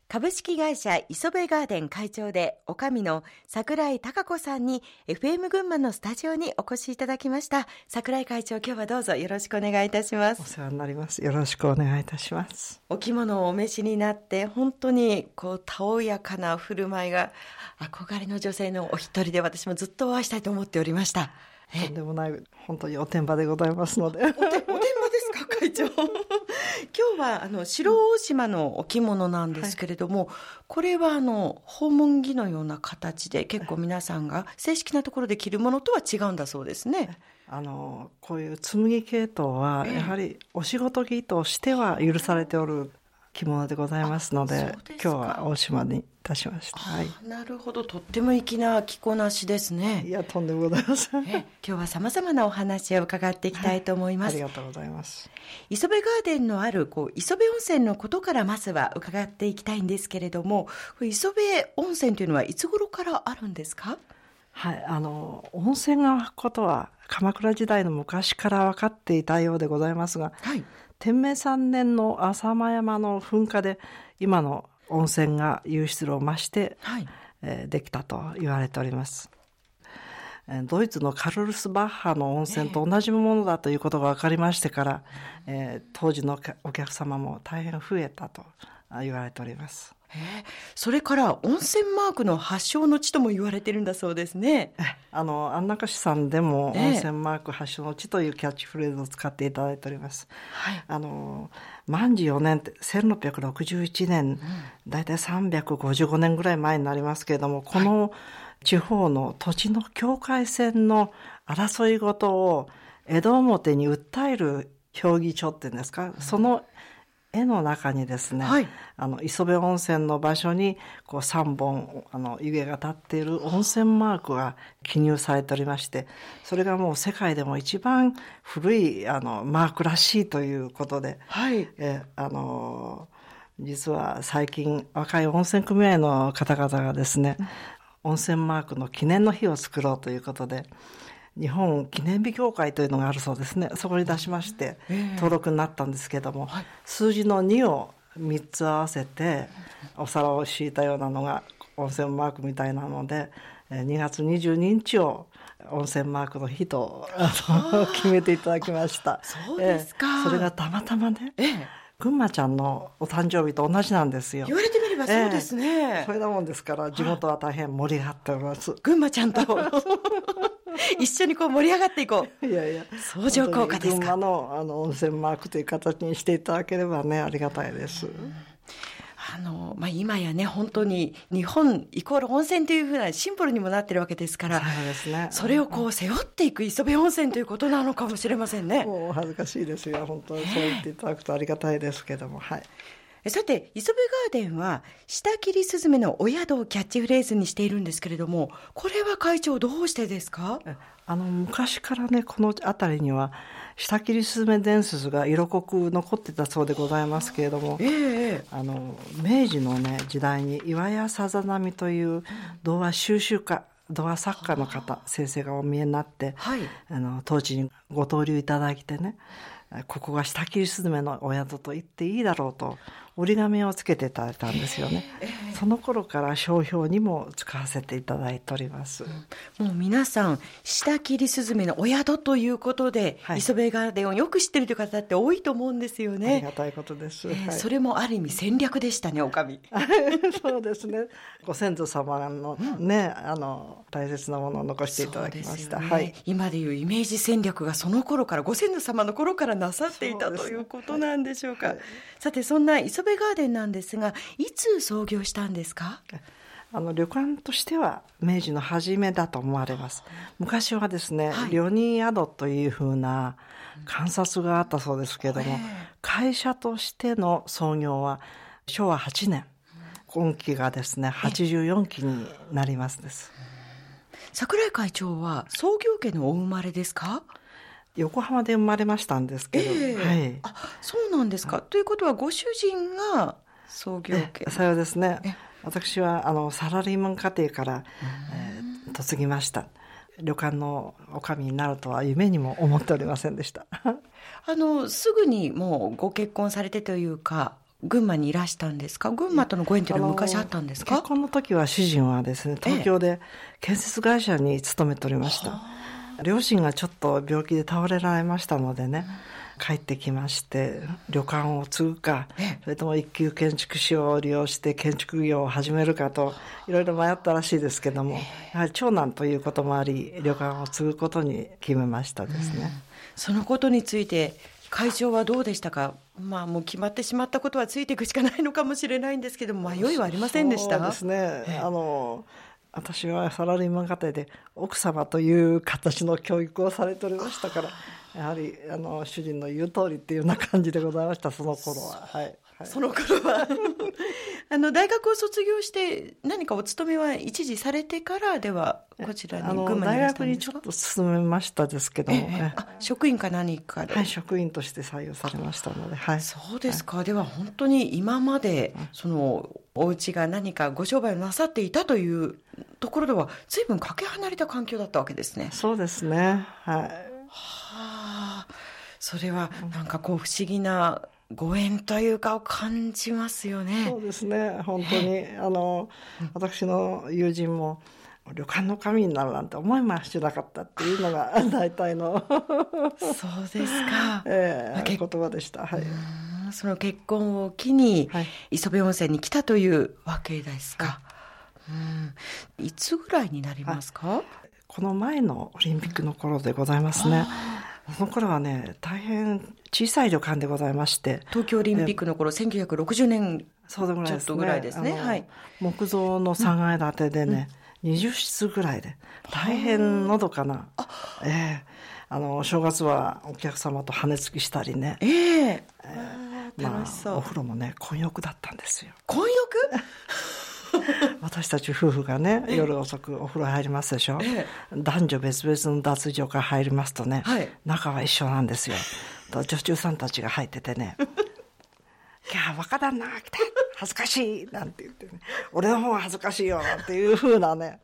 株式会社磯部ガーデン会長で女将の櫻井貴子さんに FM 群馬のスタジオにお越しいただきました。櫻井会長、今日はどうぞよろしくお願いいたします。 お世話になります。よろしくお願いいたします。 お着物をお召しになって本当にたおやかな振る舞いが憧れの女性のお一人で、私もずっとお会いしたいと思っておりました。 とんでもない、本当におてんばでございますので。おてんばですか、会長。今日は白大島のお着物なんですけれども、これは訪問着のような形で結構皆さんが正式なところで着るものとは違うんだそうですね。 こういう紬系統はやはりお仕事着としては許されておる着物でございますので、今日は大島にいたしました。はい、 なるほど、とっても粋な着こなしですね。 いや、とんでもございません。 今日は様々なお話を伺っていきたいと思います。 ありがとうございます。 磯部ガーデンのある磯部温泉のことからまずは伺っていきたいんですけれども、磯部温泉というのはいつ頃からあるんですか？ はい、温泉が湧くことは鎌倉時代の昔から分かっていたようでございますが、 はい、 天明3年の浅間山の噴火で今の温泉が湧出量を増して、はい、できたと言われております。ドイツのカルルスバッハの温泉と同じものだということが分かりましてから、当時のお客様も大変増えたと言われております。 それから温泉マークの発祥の地とも言われてるんだそうですね。 安中市さんでも温泉マーク発祥の地というキャッチフレーズを使っていただいております。はい、万治4年って1661年、だいたい355年ぐらい前になりますけれども、この地方の土地の境界線の争いごとを江戸表に訴える評議書っていうんですか、その絵の中にですね、はい、磯部温泉の場所に3本湯気が立っている温泉マークが記入されておりまして、それがもう世界でも一番古いマークらしいということで、はい、実は最近若い温泉組合の方々がですね、温泉マークの記念の日を作ろうということで、日本記念日協会というのがあるそうですね。そこに出しまして登録になったんですけども、数字の2を3つ合わせてお皿を敷いたようなのが温泉マークみたいなので、2月22日を温泉マークの日と決めていただきました。 そうですか。 それがたまたまね、群馬ちゃんのお誕生日と同じなんですよ。 言われてみればそうですね。 それだもんですから地元は大変盛り上がっております。 群馬ちゃんと一緒に盛り上がっていこう。いやいや、相乗効果ですか。 群馬の温泉マークという形にしていただければね、ありがたいです。 今やね、本当に日本イコール温泉というふうなシンボルにもなってるわけですから、 そうですね、 それを背負っていく磯部温泉ということなのかもしれませんね。 もう恥ずかしいですよ、本当にそう言っていただくとありがたいですけども、はい。 さて、磯部ガーデンは下切りスズメのお宿をキャッチフレーズにしているんですけれども、これは会長どうしてですか？ 昔からね、この辺りには下切りスズメ伝説が色濃く残ってたそうでございますけれども、明治のね時代に岩屋さざ波という童話収集家、童話作家の方先生がお見えになって、はい、当時にご登竜いただいてね、ここが下切りスズメのお宿と言っていいだろうと折り紙をつけていただいたんですよね。その頃から商標にも使わせていただいております。 もう皆さん下切りスズメのお宿ということで、はい、磯部ガーデンをよく知っているという方って多いと思うんですよね。 ありがたいことです、はい、 それもある意味戦略でしたね、おかみ。 そうですね、ご先祖様のね、大切なものを残していただきました、はい、 今でいうイメージ戦略がその頃から、ご先祖様の頃からなさっていたということなんでしょうか。はい、さて、そんな磯部ガーデンなんですが、いつ創業したんですか？ 旅館としては明治の初めだと思われます。昔はですね、旅人宿というふうな観察があったそうですけれども、会社としての創業は昭和8年、今期がですね84期になりますです。 櫻井会長は創業家のお生まれですか？ 横浜で生まれましたんですけど、はい、 そうなんですか、はい、ということはご主人が創業家。 そうですね、私はサラリーマン家庭から、嫁ぎました。旅館のおかみになるとは夢にも思っておりませんでした。 すぐにもうご結婚されてというか、 群馬にいらしたんですか？群馬とのご縁というのは昔あったんですか？ 結婚の時は主人はですね、東京で建設会社に勤めておりました。両親がちょっと病気で倒れられましたのでね、帰ってきまして、旅館を継ぐか、それとも一級建築士を利用して建築業を始めるかと、いろいろ迷ったらしいですけども、やはり長男ということもあり、旅館を継ぐことに決めましたですね。 そのことについて会長はどうでしたか？もう決まってしまったことはついていくしかないのかもしれないんですけども、迷いはありませんでした？ そうですね。私はサラリーマン家庭で奥様という形の教育をされておりましたから、やはり主人の言う通りっていうような感じでございました、その頃は。はい。 その頃は大学を卒業して何かお勤めは一時されてからではこちらに群馬にいらしたんですか？ 大学にちょっと進めましたですけども、 職員か何かで？ はい、職員として採用されましたので、はい。 そうですか。では本当に今までそのお家が何かご商売をなさっていたというところでは随分かけ離れた環境だったわけですね。 そうですね。はい。 はあ、それはなんかこう不思議なご縁というかを感じますよね。 そうですね。本当に私の友人も旅館の神になるなんて思いもしなかったっていうのが大体のそうですか。 言葉でした。はい。 その結婚を機に、 はい、 磯部温泉に来たというわけですか。いつぐらいになりますか？ この前のオリンピックの頃でございますね。その頃はね、大変小さい旅館でございまして、 東京オリンピックの頃1960年ちょっとぐらいですね。はい、 木造の3階建てでね、20室ぐらいで大変のどかな、正月はお客様と羽根つきしたりね、 楽しそう。 お風呂もね混浴だったんですよ。 混浴私たち夫婦がね、夜遅くお風呂入りますでしょ、男女別々の脱衣所から入りますとね、中は一緒なんですよ。女中さんたちが入っててねいや若旦那が来た恥ずかしいなんて言ってね、俺の方が恥ずかしいよなんていう風なね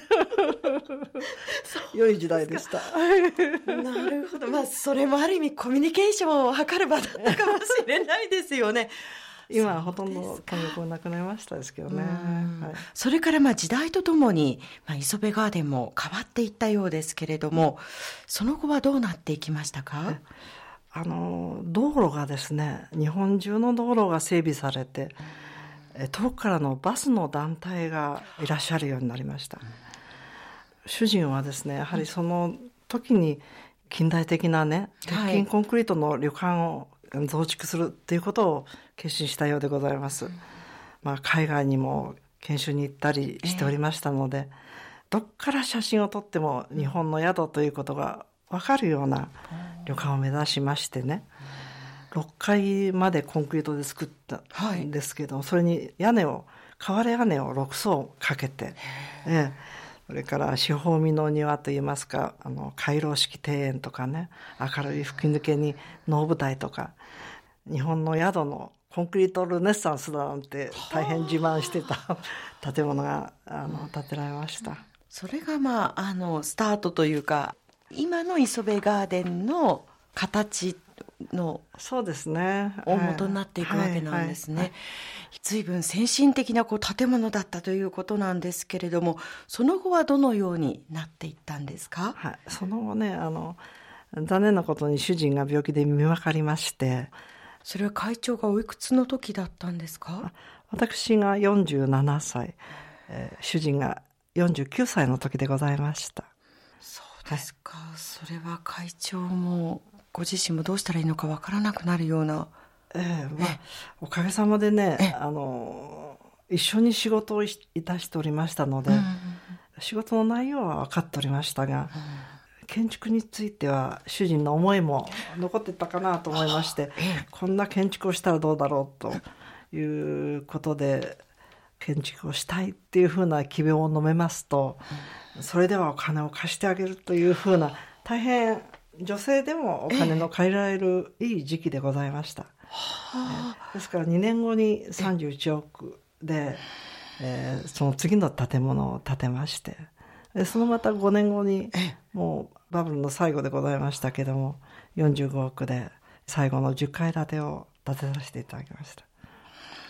良い時代でした。 なるほど。それもある意味コミュニケーションを図る場だったかもしれないですよね。 今はほとんど混浴なくなりましたですけどね。 それから時代とともに、磯部ガーデンも変わっていったようですけれども、その後はどうなっていきましたか？ 道路がですね、日本中の道路が整備されて、遠くからのバスの団体がいらっしゃるようになりました。主人はですね、やはりその時に近代的なね、鉄筋コンクリートの旅館を増築するっていうことを決心したようでございます。海外にも研修に行ったりしておりましたので、どっから写真を撮っても日本の宿ということが分かるような旅館を目指しましてね、6階までコンクリートで作ったんですけど、それに瓦屋根を6層かけて、それから四方見の庭といいますか、回廊式庭園とかね、明るい吹き抜けに能舞台とか、日本の宿のコンクリートルネッサンスだなんて大変自慢してた建物が建てられました。 それがスタートというか、今の磯部ガーデンの形のそうですね、 大元になっていくわけなんですね。随分先進的な建物だったということなんですけれども、その後はどのようになっていったんですか？ その後ね、残念なことに主人が病気で見分かりまして。 それは会長がおいくつの時だったんですか？ 私が47歳、主人が49歳の時でございました。 そうですか。それは会長もご自身もどうしたらいいのかわからなくなるような。 おかげさまでね、一緒に仕事をいたしておりましたので、仕事の内容は分かっておりましたが、建築については主人の思いも残ってたかなと思いまして、こんな建築をしたらどうだろうということで建築をしたいっていうふうな希望を述べますと、それではお金を貸してあげるというふうな、大変女性でもお金の借りられるいい時期でございました。ですから2年後に31億で、その次の建物を建てまして、そのまた5年後にもうバブルの最後でございましたけども、45億で最後の10階建てを建てさせていただきました。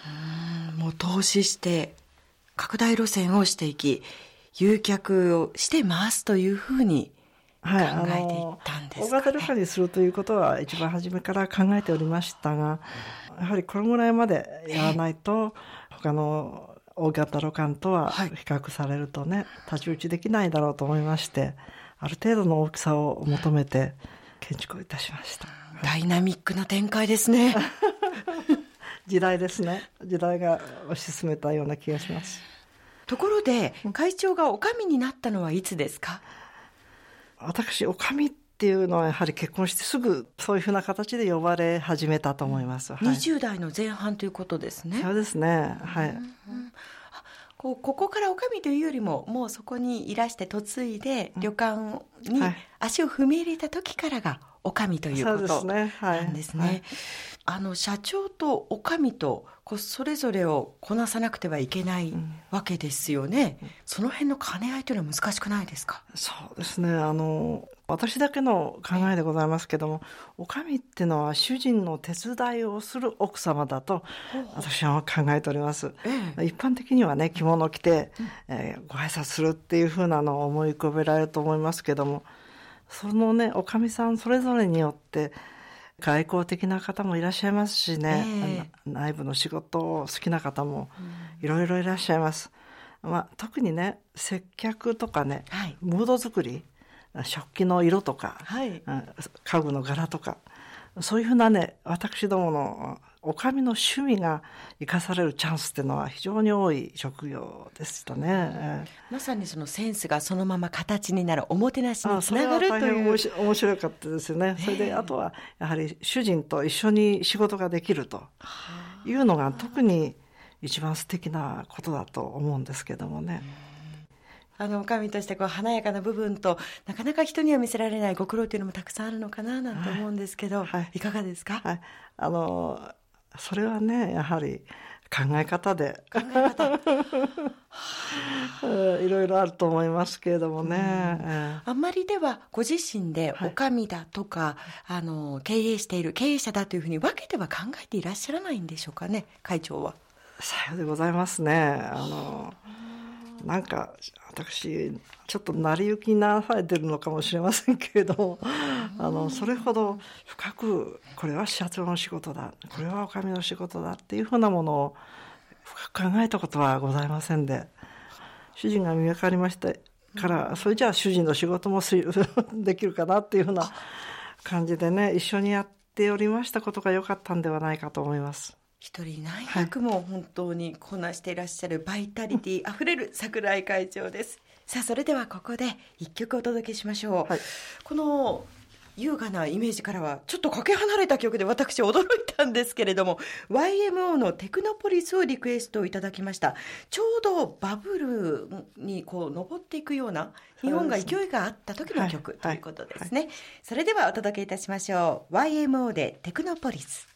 もう投資して拡大路線をしていき、誘客をして回すというふうに考えていったんですかね。 大型旅館にするということは一番初めから考えておりましたが、やはりこれぐらいまでやらないと他の大型旅館とは比較されるとね、太刀打ちできないだろうと思いまして、ある程度の大きさを求めて建築をいたしました。 ダイナミックな展開ですね。 時代ですね。時代が推し進めたような気がします。 ところで会長が女将になったのはいつですか？ 私、女将っていうのはやはり結婚してすぐそういうふうな形で呼ばれ始めたと思います。 20代の前半ということですね。 そうですね。はい。 ここから女将というよりも、もうそこにいらして嫁いで旅館に足を踏み入れた時からが女将ということなんですね。社長と女将とそれぞれをこなさなくてはいけないわけですよね。その辺の兼ね合いというのは難しくないですか？ そうですね。私だけの考えでございますけども、女将っていうのは主人の手伝いをする奥様だと私は考えております。一般的にはね、着物を着て、ご挨拶するっていうふうなのを思い浮かべられると思いますけども、そのね、女将さんそれぞれによって外交的な方もいらっしゃいますしね、内部の仕事を好きな方もいろいろいらっしゃいます。特にね、接客とかね、ムード作り、食器の色とか、家具の柄とか、そういうふうなね、私どもの女将の趣味が生かされるチャンスっていうのは非常に多い職業でしたね。 まさにそのセンスがそのまま形になる、おもてなしにつながるという。 それは大変面白かったですよね。それであとはやはり主人と一緒に仕事ができるというのが特に一番素敵なことだと思うんですけどもね。 女将として華やかな部分となかなか人には見せられないご苦労というのもたくさんあるのかななんて思うんですけど、いかがですか？ それはね、やはり考え方でいろいろあると思いますけれどもね。 あんまりではご自身で女将だとか、経営している経営者だというふうに分けては考えていらっしゃらないんでしょうかね、会長は。 さようでございますね。なんか私ちょっと成り行きになられてるのかもしれませんけれども、それほど深くこれは社長の仕事だ、これは女将の仕事だっていうふうなものを深く考えたことはございませんで、主人が見分かりましたから、それじゃあ主人の仕事もできるかなっていうふうな感じでね、一緒にやっておりましたことが良かったんではないかと思います。 一人何役も本当にこなしていらっしゃるバイタリティあふれる櫻井会長です。さあ、それではここで一曲お届けしましょう。この優雅なイメージからはちょっとかけ離れた曲で私驚いたんですけれども、 YMO のテクノポリスをリクエストいただきました。ちょうどバブルに登っていくような、日本が勢いがあった時の曲ということですね。それではお届けいたしましょう。 YMO でテクノポリス。